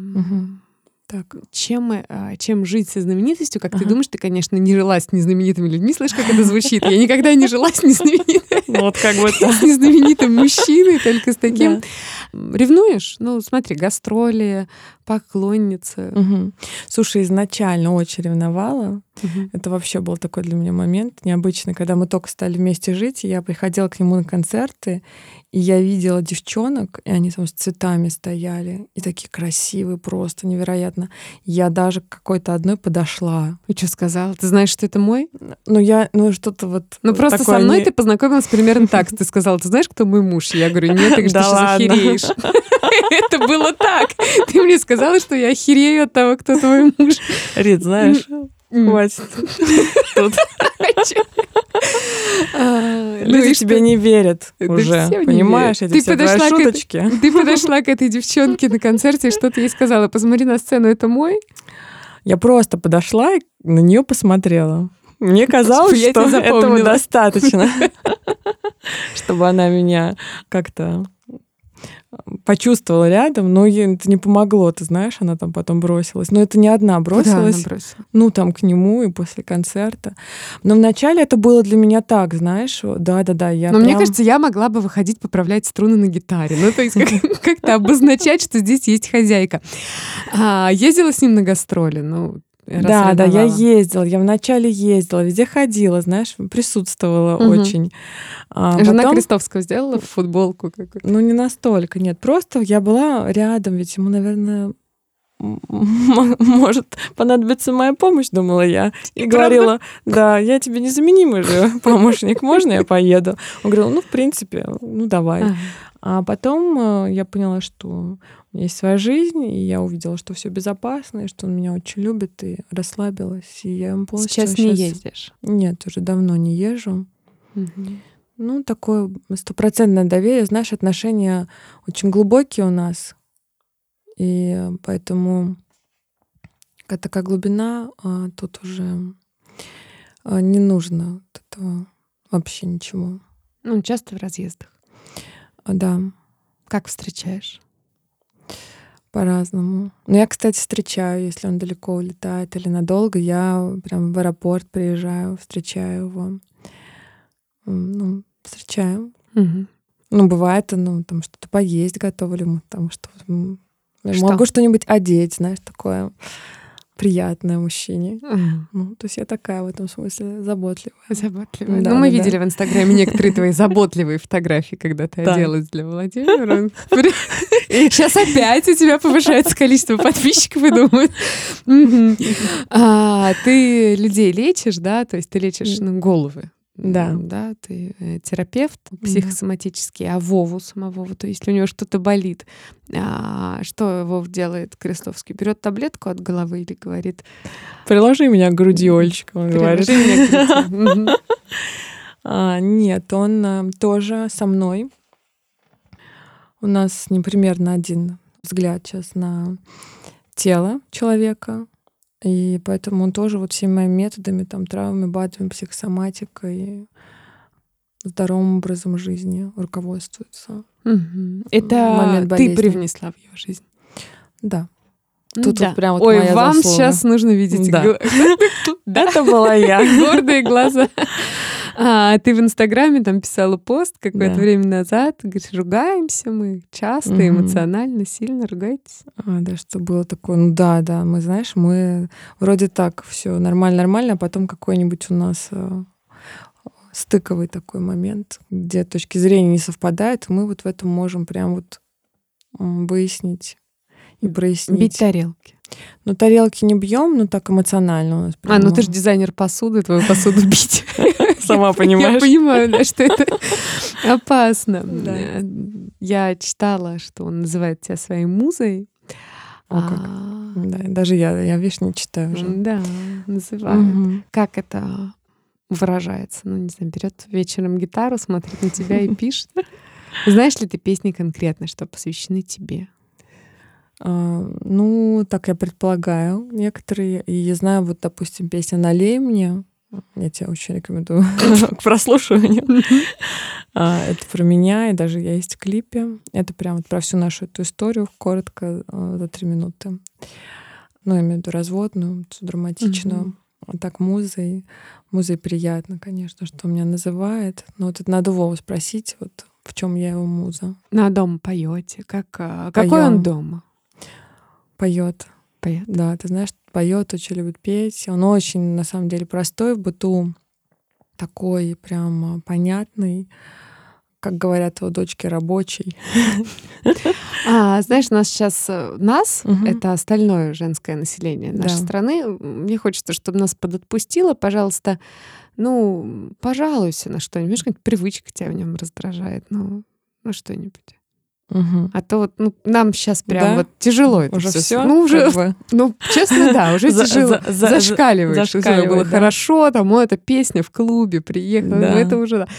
Так. Чем жить со знаменитостью, как ты думаешь, ты, конечно, не жила с незнаменитыми людьми, слышишь, как это звучит? Я никогда не жила с незнаменитым. С незнаменитым мужчиной, только с таким. Ревнуешь? Смотри, гастроли, поклонница. Слушай, изначально очень ревновала. Это вообще был такой для меня момент необычный, когда мы только стали вместе жить, и я приходила к нему на концерты, и я видела девчонок, и они там с цветами стояли, и такие красивые, просто невероятно. Я даже к какой-то одной подошла. И что сказала? Ты знаешь, что это мой? Что-то просто такое со мной ты познакомилась примерно так. Ты сказала, ты знаешь, кто мой муж? Я говорю, нет, ты что, охереешь? Это было так. Ты мне сказала, что я охерею от того, кто твой муж. Рит, знаешь, хватит. Тут. Люди тебе не верят уже, понимаешь? Эти все твои шуточки. Ты подошла к этой девчонке на концерте, и что ты ей сказала? Посмотри на сцену, это мой? Я просто подошла и на нее посмотрела. Мне казалось, что этого достаточно, чтобы она меня как-то почувствовала рядом, но ей это не помогло, ты знаешь, она там потом бросилась. Но это не одна бросилась. Там к нему и после концерта. Но вначале это было для меня так, знаешь, да-да-да. Но мне кажется, я могла бы выходить поправлять струны на гитаре. То есть как-то обозначать, что здесь есть хозяйка. Ездила с ним на гастроли, Да, я ездила. Я вначале ездила, везде ходила, знаешь, присутствовала очень. Жена Крестовского сделала футболку какую-то? Не настолько, нет. Просто я была рядом, ведь ему, наверное, может понадобиться моя помощь, думала я. И говорила, да, я тебе незаменимый же помощник, можно я поеду? Он говорил, в принципе, давай. А потом я поняла, что у меня есть своя жизнь, и я увидела, что все безопасно, и что он меня очень любит, и расслабилась. И я ему полностью... Сейчас не ездишь? Нет, уже давно не езжу. Такое стопроцентное доверие. Знаешь, отношения очень глубокие у нас. И поэтому такая глубина, тут уже не нужно от этого вообще ничего. Часто в разъездах? Да. Как встречаешь? По-разному. Я, кстати, встречаю, если он далеко улетает или надолго, я прям в аэропорт приезжаю, встречаю его. Встречаю. Бывает, там что-то поесть готовлю ему, там что-то. Могу что-нибудь одеть, знаешь, такое приятное мужчине. То есть я такая в этом смысле заботливая. Заботливая. Мы видели в Инстаграме некоторые твои заботливые фотографии, когда ты оделась для Владимира. Сейчас опять у тебя повышается количество подписчиков и думают. Ты людей лечишь, да? То есть ты лечишь головы. Да, ты терапевт психосоматический, а Вову самого, то есть если у него что-то болит, что Вов делает Крестовский? Берет таблетку от головы или говорит... Приложи меня к груди, Олечка, он говорит. Приложи меня к груди. Нет, он тоже со мной. У нас с ним примерно один взгляд сейчас на тело человека. И поэтому он тоже вот всеми моими методами, там, травмами, БАДами, психосоматикой, здоровым образом жизни руководствуется. Это ты привнесла в его жизнь? Да. Тут да. вот прям вот Ой, моя вам заслуга. сейчас нужно видеть. Да. Это была я. Гордые глаза. Ты в Инстаграме там писала пост какое-то время назад. Говоришь, ругаемся мы часто, эмоционально, сильно ругаетесь. Да, что было такое. Ну да, мы, знаешь, мы вроде так все нормально, а потом какой-нибудь у нас стыковый такой момент, где точки зрения не совпадают, и мы вот в этом можем прям вот выяснить и прояснить. Бить тарелки. Ну, тарелки не бьем, но так эмоционально у нас. Ну ты же дизайнер посуды, твою посуду бить. Сама понимаешь. Я понимаю, да, что это опасно. Я читала, что он называет тебя своей музой. Да, даже я, видишь, не читаю уже. Да, называю. Как это выражается? Ну, не знаю, берет вечером гитару, смотрит на тебя и пишет. Знаешь ли ты песни конкретно, что посвящены тебе? Ну, так я предполагаю некоторые. И я знаю, вот, допустим, песня «Налей мне». Я тебе очень рекомендую к прослушиванию. Это про меня, и даже я есть в клипе. Это прям вот про всю нашу эту историю, коротко, за 3 минуты. Ну, я имею в виду разводную, драматичную. Так музой. Музой приятно, конечно, что меня называет. Но вот это надо Вову спросить, вот в чем я его муза. На дома поете? Какой он дома? Поет. Да, ты знаешь, поет, очень любит петь. Он очень, на самом деле, простой в быту, такой прям понятный, как говорят его дочки, рабочий. Знаешь, нас сейчас это остальное женское население нашей страны. Мне хочется, чтобы нас подотпустило, пожалуйста. Ну, пожалуйся на что-нибудь. Какая-нибудь привычка тебя в нем раздражает. Ну что-нибудь. А то вот нам сейчас прям вот тяжело это уже все. Ну, уже, честно, да, уже тяжело. Зашкаливаешь. Все было хорошо, там, эта песня в клубе приехала. Ну, это уже, да.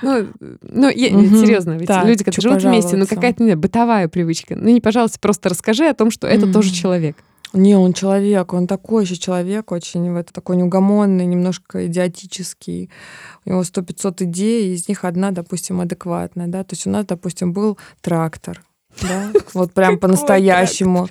Серьезно, ведь люди, которые живут вместе, какая-то, не знаю, бытовая привычка. Не, пожалуйста, просто расскажи о том, что это тоже человек. Не, он человек, он такой еще человек, очень такой неугомонный, немножко идиотический. У него 100-500 идей, из них одна, допустим, адекватная, да. То есть у нас, допустим, был трактор, да, вот прям по-настоящему.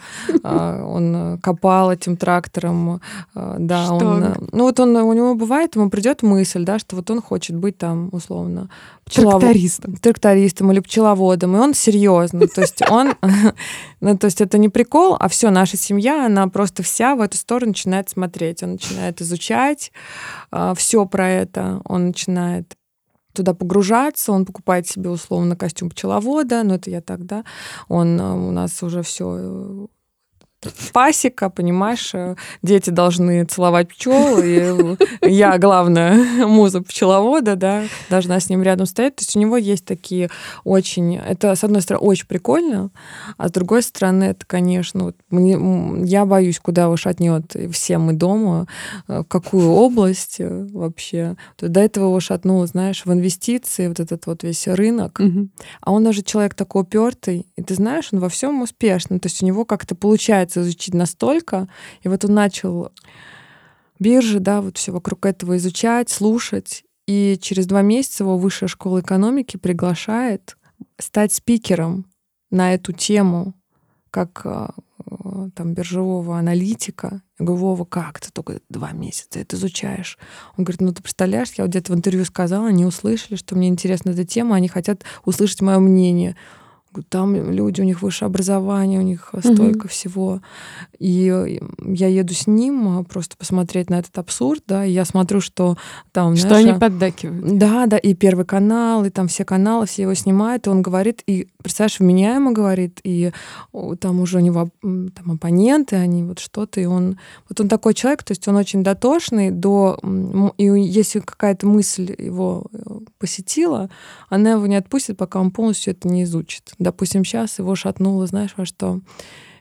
Он копал этим трактором, да. У него бывает, ему придет мысль, да, что вот он хочет быть там, условно, трактористом или пчеловодом, и он серьезно. То есть он, то есть это не прикол, а все, наша семья, она просто вся в эту сторону начинает смотреть, он начинает изучать все про это, он начинает туда погружаться, он покупает себе условно костюм пчеловода, это я так, да, у нас уже все пасека, понимаешь, дети должны целовать пчел, и я, главная муза пчеловода, да, должна с ним рядом стоять. То есть у него есть такие очень... Это, с одной стороны, очень прикольно, а с другой стороны, это, конечно, я боюсь, куда его шатнет все мы дома, в какую область вообще. До этого его шатнуло, знаешь, в инвестиции, вот этот вот весь рынок. А он уже человек такой упертый, и ты знаешь, он во всем успешный. То есть у него как-то получается изучить настолько. И вот он начал биржи, да, вот все вокруг этого изучать, слушать. И через 2 месяца его Высшая школа экономики приглашает стать спикером на эту тему, как там биржевого аналитика. Я говорю, Вова, как ты только 2 месяца это изучаешь? Он говорит, ты представляешь, я вот где-то в интервью сказала, они услышали, что мне интересна эта тема, они хотят услышать мое мнение. Там люди, у них высшее образование, у них столько всего. И я еду с ним просто посмотреть на этот абсурд, да, и я смотрю, что там... Что они поддакивают. Да, и Первый канал, и там все каналы, все его снимают, и он говорит, и, представляешь, вменяемо говорит, и там уже у него там оппоненты, они вот что-то, и он такой человек, то есть он очень дотошный, и если какая-то мысль его посетила, она его не отпустит, пока он полностью это не изучит. Допустим, сейчас его шатнуло, знаешь, во что?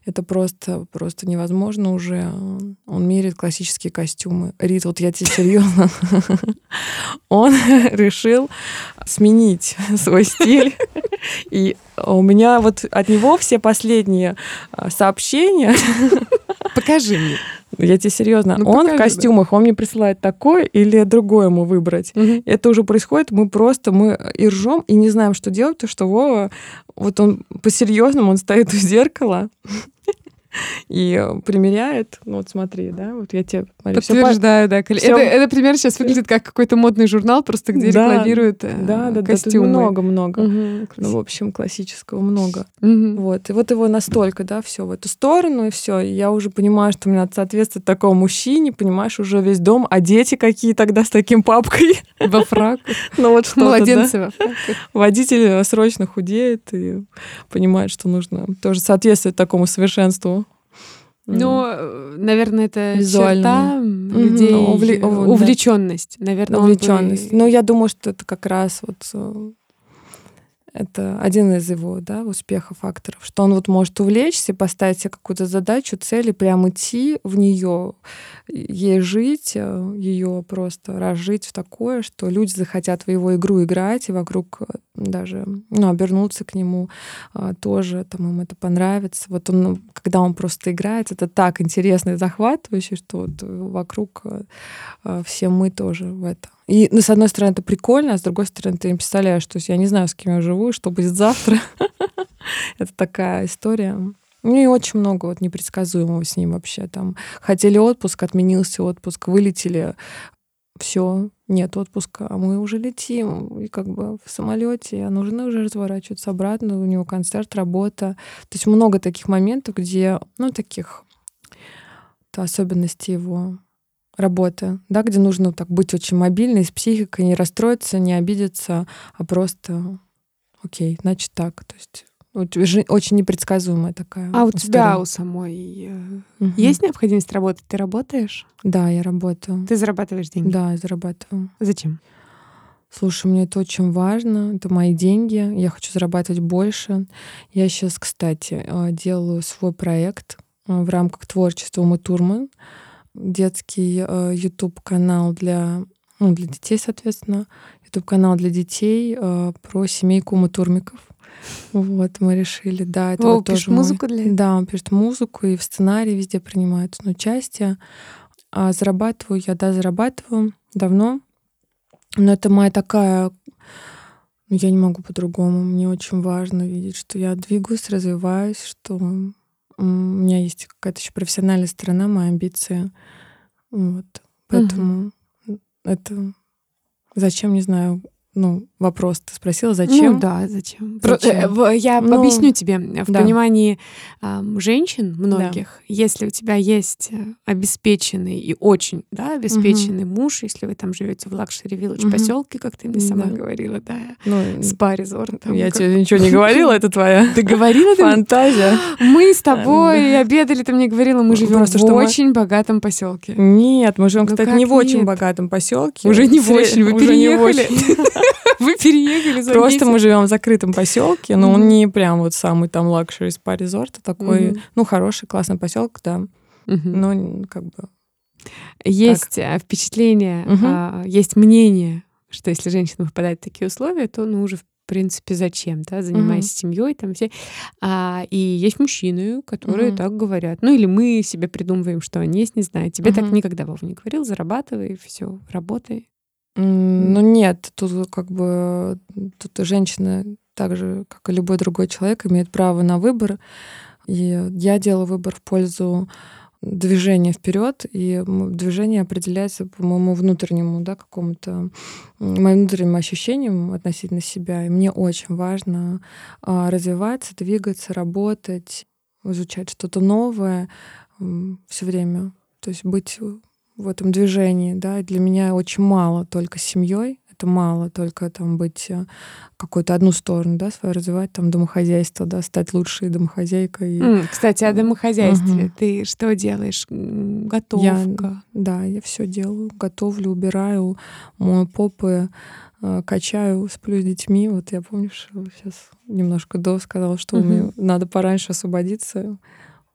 Это просто невозможно уже. Он меряет классические костюмы. Рит, вот я тебе серьезно. Он решил сменить свой стиль. И у меня вот от него все последние сообщения. Покажи мне. Я тебе серьезно. Он покажи, в костюмах, он мне присылает такое или другое ему выбрать. Это уже происходит, мы и ржем, и не знаем, что делать, потому что Вова, вот он по-серьезному, он стоит у зеркала и примеряет. Ну вот смотри, да, вот я тебе... Подтверждаю, да. Это пример сейчас выглядит как какой-то модный журнал, просто где рекламируют костюмы. Много-много. Ну, в общем, классического много. Вот. И вот его настолько, да, все в эту сторону, и все. И я уже понимаю, что мне надо соответствовать такому мужчине, понимаешь, уже весь дом, а дети какие тогда с таким папкой? Во фраку. Ну вот что-то, младенцы во фраку. Водитель срочно худеет и понимает, что нужно тоже соответствовать такому совершенству. Ну, наверное, это черта людей, увлеченность. Наверное, увлеченность. Ну, я думаю, что это как раз вот это один из его, да, успехов факторов, что он вот может увлечься, поставить себе какую-то задачу, цель и прям идти в нее, ей жить, ее просто разжить в такое, что люди захотят в его игру играть, и вокруг даже, обернуться к нему тоже, там им это понравится. Вот он, когда он просто играет, это так интересно и захватывающе, что вот вокруг все мы тоже в это. И, с одной стороны, это прикольно, а с другой стороны, ты не представляешь, что я не знаю, с кем я живу, что будет завтра. Это такая история. Ну и очень много вот непредсказуемого с ним вообще. Там хотели отпуск, отменился отпуск, вылетели, все, нет отпуска, а мы уже летим, и как бы в самолете, а нужно уже разворачиваться обратно, у него концерт, работа. То есть много таких моментов, где, таких особенностей его работы, да, где нужно так быть очень мобильной, с психикой, не расстроиться, не обидеться, а просто окей, значит так. То есть очень непредсказуемая такая А у история. тебя у самой есть необходимость работать? Ты работаешь? Да, я работаю. Ты зарабатываешь деньги? Да, я зарабатываю. Зачем? Слушай, мне это очень важно. Это мои деньги. Я хочу зарабатывать больше. Я сейчас, кстати, делаю свой проект в рамках творчества Умы Турман. Детский YouTube-канал для детей, соответственно. YouTube-канал для детей про семейку Умы Турмиков. Вот, мы решили, да, это вот тоже пишет музыку для этого? Да, он пишет музыку, и в сценарии везде принимает участие. А зарабатываю давно. Но это моя такая... Я не могу по-другому. Мне очень важно видеть, что я двигаюсь, развиваюсь, что у меня есть какая-то еще профессиональная сторона, мои амбиции. Вот. Поэтому это... Зачем, не знаю... вопрос ты спросила, зачем? Ну да, зачем? Я объясню тебе. В понимании женщин многих, если у тебя есть обеспеченный и очень обеспеченный муж, если вы там живете в лакшери-вилледж поселке, как ты мне сама говорила, спа-резорт. Я тебе ничего не говорила, это твоя ты говорила, фантазия. Мы с тобой обедали, ты мне говорила, мы живем в очень богатом поселке. Нет, мы живем, кстати, не в очень богатом поселке. Уже не в очень, вы переехали. Вы переехали за Просто мы живем в закрытом поселке, но он не прям вот самый там лакшери спа-резорт, а такой, хороший, классный поселок, да. Но как бы... Есть впечатление, есть мнение, что если женщина попадает в такие условия, то уже в принципе зачем, занимаясь семьей там все. И есть мужчины, которые так говорят. Или мы себе придумываем, что они есть, не знаю. Тебе так никогда Вова не говорил, зарабатывай, все, работай. Нет, тут как бы женщина так же, как и любой другой человек, имеет право на выбор. И я делаю выбор в пользу движения вперед, и движение определяется по моему внутреннему, какому-то моим внутренним ощущениям относительно себя. И мне очень важно развиваться, двигаться, работать, изучать что-то новое все время. То есть быть в этом движении, и для меня очень мало только с семьей, это мало только там быть какую-то одну сторону, свою развивать, там домохозяйство, стать лучшей домохозяйкой. Кстати, о домохозяйстве. Ты что делаешь? Готовка? Я все делаю. Готовлю, убираю, мою попы, качаю, сплю с детьми. Вот я помню, что сейчас немножко сказала, что мне надо пораньше освободиться.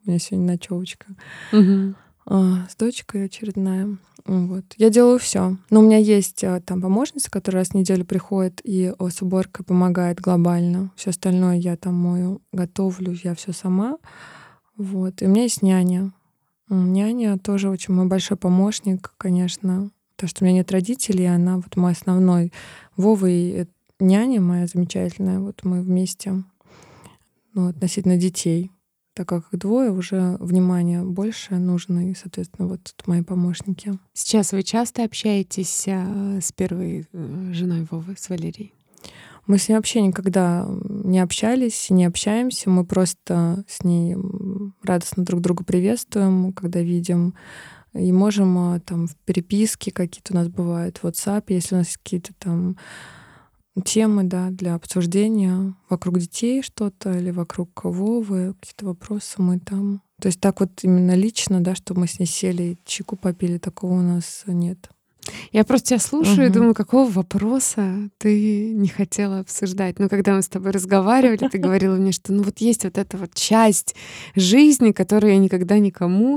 У меня сегодня ночевочка. Мгм. С дочкой очередная. Вот. Я делаю все. Но у меня есть там помощница, которая раз в неделю приходит и с уборкой помогает глобально. Все остальное я там мою, готовлю, я все сама. Вот. И у меня есть няня. Няня тоже очень мой большой помощник, конечно. То, что у меня нет родителей, она вот мой основной. Вова и няня моя замечательная. Вот мы вместе, ну, относительно детей. Так как их двое, уже внимания больше нужно, и, соответственно, вот тут мои помощники. Сейчас вы часто общаетесь с первой женой Вовы, с Валерией? Мы с ней вообще никогда не общались, не общаемся. Мы просто с ней радостно друг друга приветствуем, когда видим. И можем там в переписке какие-то у нас бывают, в WhatsApp, если у нас есть какие-то там темы, да, для обсуждения вокруг детей что-то или вокруг Вовы, какие-то вопросы мы там. То есть так вот именно лично, да, что мы с ней сели и чайку попили, такого у нас нет. Я просто тебя слушаю и думаю, какого вопроса ты не хотела обсуждать. Но когда мы с тобой разговаривали, ты говорила мне, что ну вот есть вот эта вот часть жизни, которую я никогда никому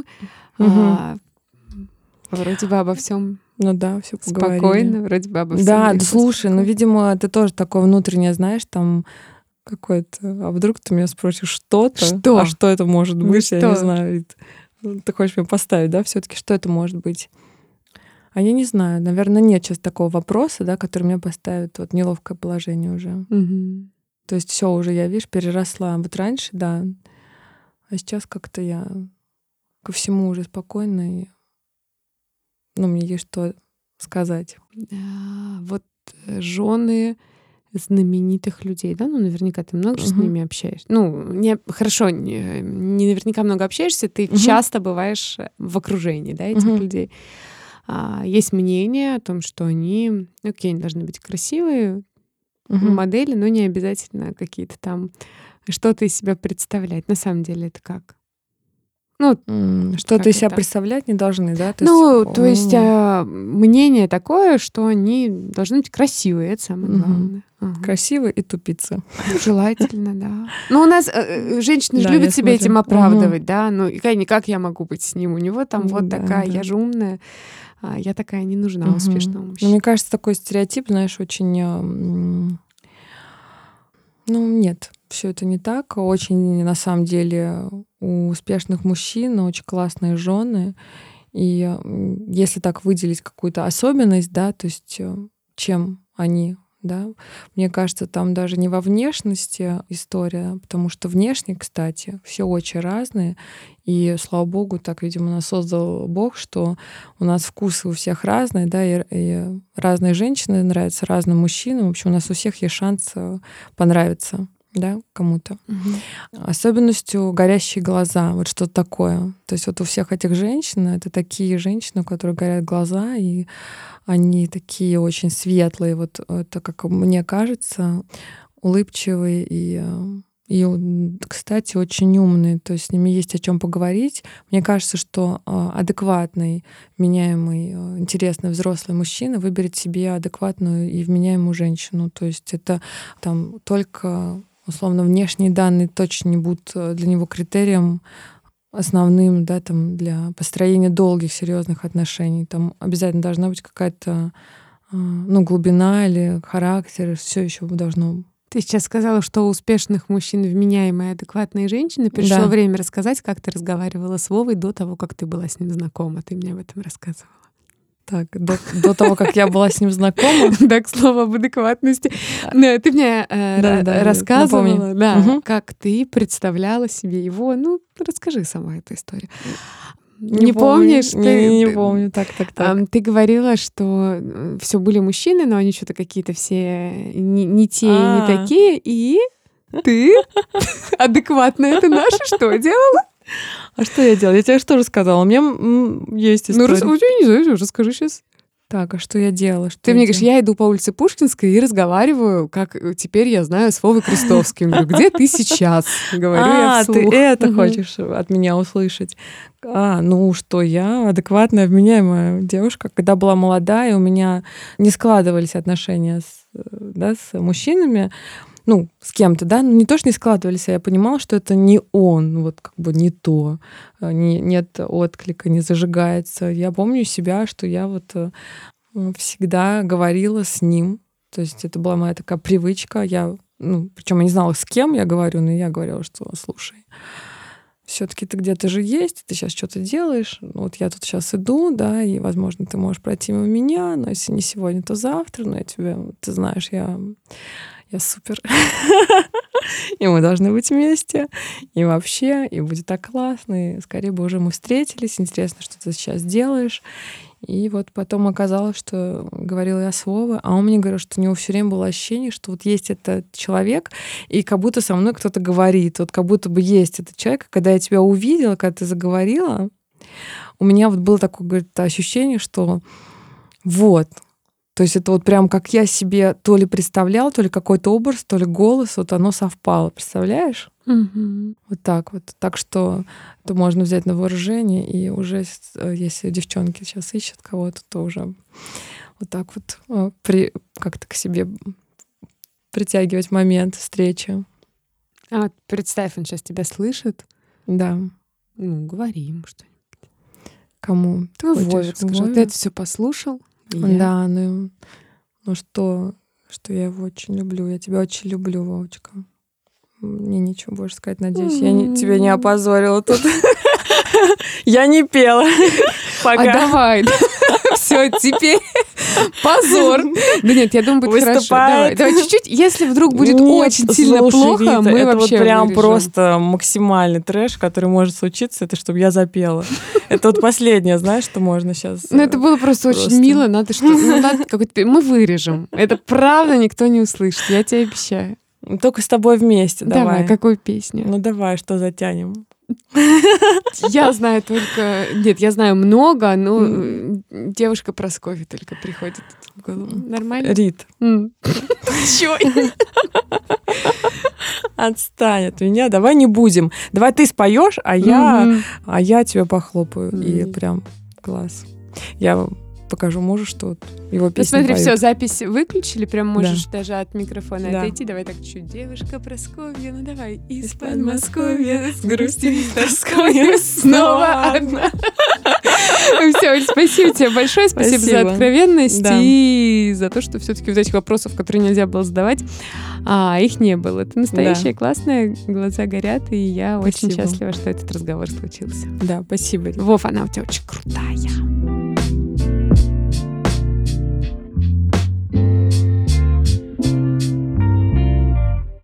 вроде бы обо всем. Ну да, все поговорили. Спокойно, вроде бы обо всем. Да, слушай, ну, видимо, это тоже такое внутреннее, знаешь, там какое-то... А вдруг ты меня спросишь что-то? Что? А что это может быть? что? Я не знаю. Ты хочешь меня поставить, да, все-таки что это может быть? А я не знаю. Наверное, нет сейчас такого вопроса, да, который меня поставит вот неловкое положение уже. То есть все уже, я, видишь, переросла. Вот раньше, да. А сейчас как-то я ко всему уже спокойно и ну, мне есть что сказать. Вот жены знаменитых людей, да? Ну, наверняка ты много с ними общаешься. Ну, хорошо, не наверняка много общаешься, ты часто бываешь в окружении, да, этих людей. Есть мнение о том, что они, окей, они должны быть красивые модели, но не обязательно какие-то там что-то из себя представлять. На самом деле это как? Ну, что-то из себя представлять не должны, да? То есть мнение такое, что они должны быть красивые, это самое главное. Красивые и тупицы. Желательно, да. Но у нас женщины же любят себя этим оправдывать, да? Ну, и как я могу быть с ним? У него там вот такая, я же умная, я такая не нужна успешному мужчине. Мне кажется, такой стереотип, знаешь, очень... Ну, нет, все это не так. Очень, на самом деле, у успешных мужчин очень классные жены. И если так выделить какую-то особенность, да, то есть чем они, да, мне кажется, там даже не во внешности история, потому что внешне, кстати, все очень разные. И, слава богу, так, видимо, нас создал Бог, что у нас вкусы у всех разные, да, и разные женщины нравятся разным мужчинам. В общем, у нас у всех есть шанс понравиться, да, кому-то. Особенностью горящие глаза, вот что-то такое. То есть вот у всех этих женщин, это такие женщины, у которых горят глаза, и они такие очень светлые, вот это, как мне кажется, улыбчивые и, кстати, очень умные. То есть с ними есть о чем поговорить. Мне кажется, что адекватный, вменяемый, интересный взрослый мужчина выберет себе адекватную и вменяемую женщину. То есть это там только условно внешние данные точно не будут для него критерием основным, да, там, для построения долгих, серьезных отношений. Там обязательно должна быть какая-то глубина или характер, все еще должно. Ты сейчас сказала, что у успешных мужчин вменяемые, адекватные женщины. Пришло время рассказать, как ты разговаривала с Вовой до того, как ты была с ним знакома. Ты мне об этом рассказывала. Так, до того, как я была с ним знакома. Да, к слову об адекватности. Ты мне рассказывала, как ты представляла себе его. Ну, расскажи сама эту историю. Не помнишь? Не помню. Так. Ты говорила, что все были мужчины, но они что-то какие-то все не те и не такие. И ты адекватно это наше что делала? А что я делала? Я тебе что рассказала? У меня есть история. Я не знаю, расскажи сейчас. Так, а что я делала? Ты мне говоришь, я иду по улице Пушкинской и разговариваю, как теперь я знаю с Вовой Крестовским. Говорю, где ты сейчас? Говорю я вслух. Ты это хочешь от меня услышать. Что я адекватная, вменяемая девушка. Когда была молодая, у меня не складывались отношения с мужчинами. с кем-то, да, не то, что не складывались, а я понимала, что это не он, вот как бы не то, нет отклика, не зажигается. Я помню себя, что я вот всегда говорила с ним, то есть это была моя такая привычка, причем я не знала, с кем я говорю, но я говорила, что слушай, все-таки ты где-то же есть, ты сейчас что-то делаешь. Вот я тут сейчас иду, да, и, возможно, ты можешь пройти мимо меня, но если не сегодня, то завтра, но ты знаешь, я супер. И мы должны быть вместе. И вообще, и будет так классно. И скорее бы уже мы встретились. Интересно, что ты сейчас делаешь. И вот потом оказалось, что говорила я слово, а он мне говорил, что у него все время было ощущение, что вот есть этот человек, и как будто со мной кто-то говорит. Вот как будто бы есть этот человек. Когда я тебя увидела, когда ты заговорила, у меня вот было такое, говорит, ощущение, что вот. То есть это вот прям как я себе то ли представлял, то ли какой-то образ, то ли голос, вот оно совпало. Представляешь? Мгм. Вот так вот. Так что это можно взять на вооружение, и уже если девчонки сейчас ищут кого-то, то уже вот так вот как-то к себе притягивать момент встречи. А вот представь, он сейчас тебя слышит. Да. Говори ему что-нибудь. Кому? Ты Ну, хочешь? Вове скажи, Вове? ты это все послушал? И я- Да, ну что я его очень люблю. Я тебя очень люблю, Вовочка. Мне нечего больше сказать, надеюсь. Я тебя не опозорила тут. Я не пела. А Пока. давай. Все, теперь позор. Да нет, я думаю, будет хорошо. Выступает. Давай чуть-чуть. Если вдруг будет Нет, очень сильно слушай, плохо, Рита, мы это вообще вот прям вырежем. просто максимальный трэш, который может случиться, это чтобы я запела. Это вот последнее, знаешь, что можно сейчас. Ну, это было просто очень мило. Надо что... надо какой-то... Мы вырежем. Это правда никто не услышит. Я тебе обещаю. Только с тобой вместе, давай. Какую песню? Ну давай, что затянем? Я знаю только... Нет, я знаю много, но девушка Прасковья только приходит в голову. Нормально? Рит. Чё? Отстань от меня, давай не будем. Давай ты споешь, а я тебя похлопаю. И прям класс. Я покажу мужу, что вот его песни смотри, поют. все, запись выключили, прям можешь Да. даже от микрофона Да. отойти. Давай так чуть. Девушка Прасковья, ну давай. Из Подмосковья с грустью и тоской снова одна. Все, Оль, спасибо тебе большое. Спасибо за откровенность и за то, что все-таки вот этих вопросов, которые нельзя было задавать, их не было. Это настоящая, классная, глаза горят, и я очень счастлива, что этот разговор случился. Да, спасибо. Вов, она у тебя очень крутая.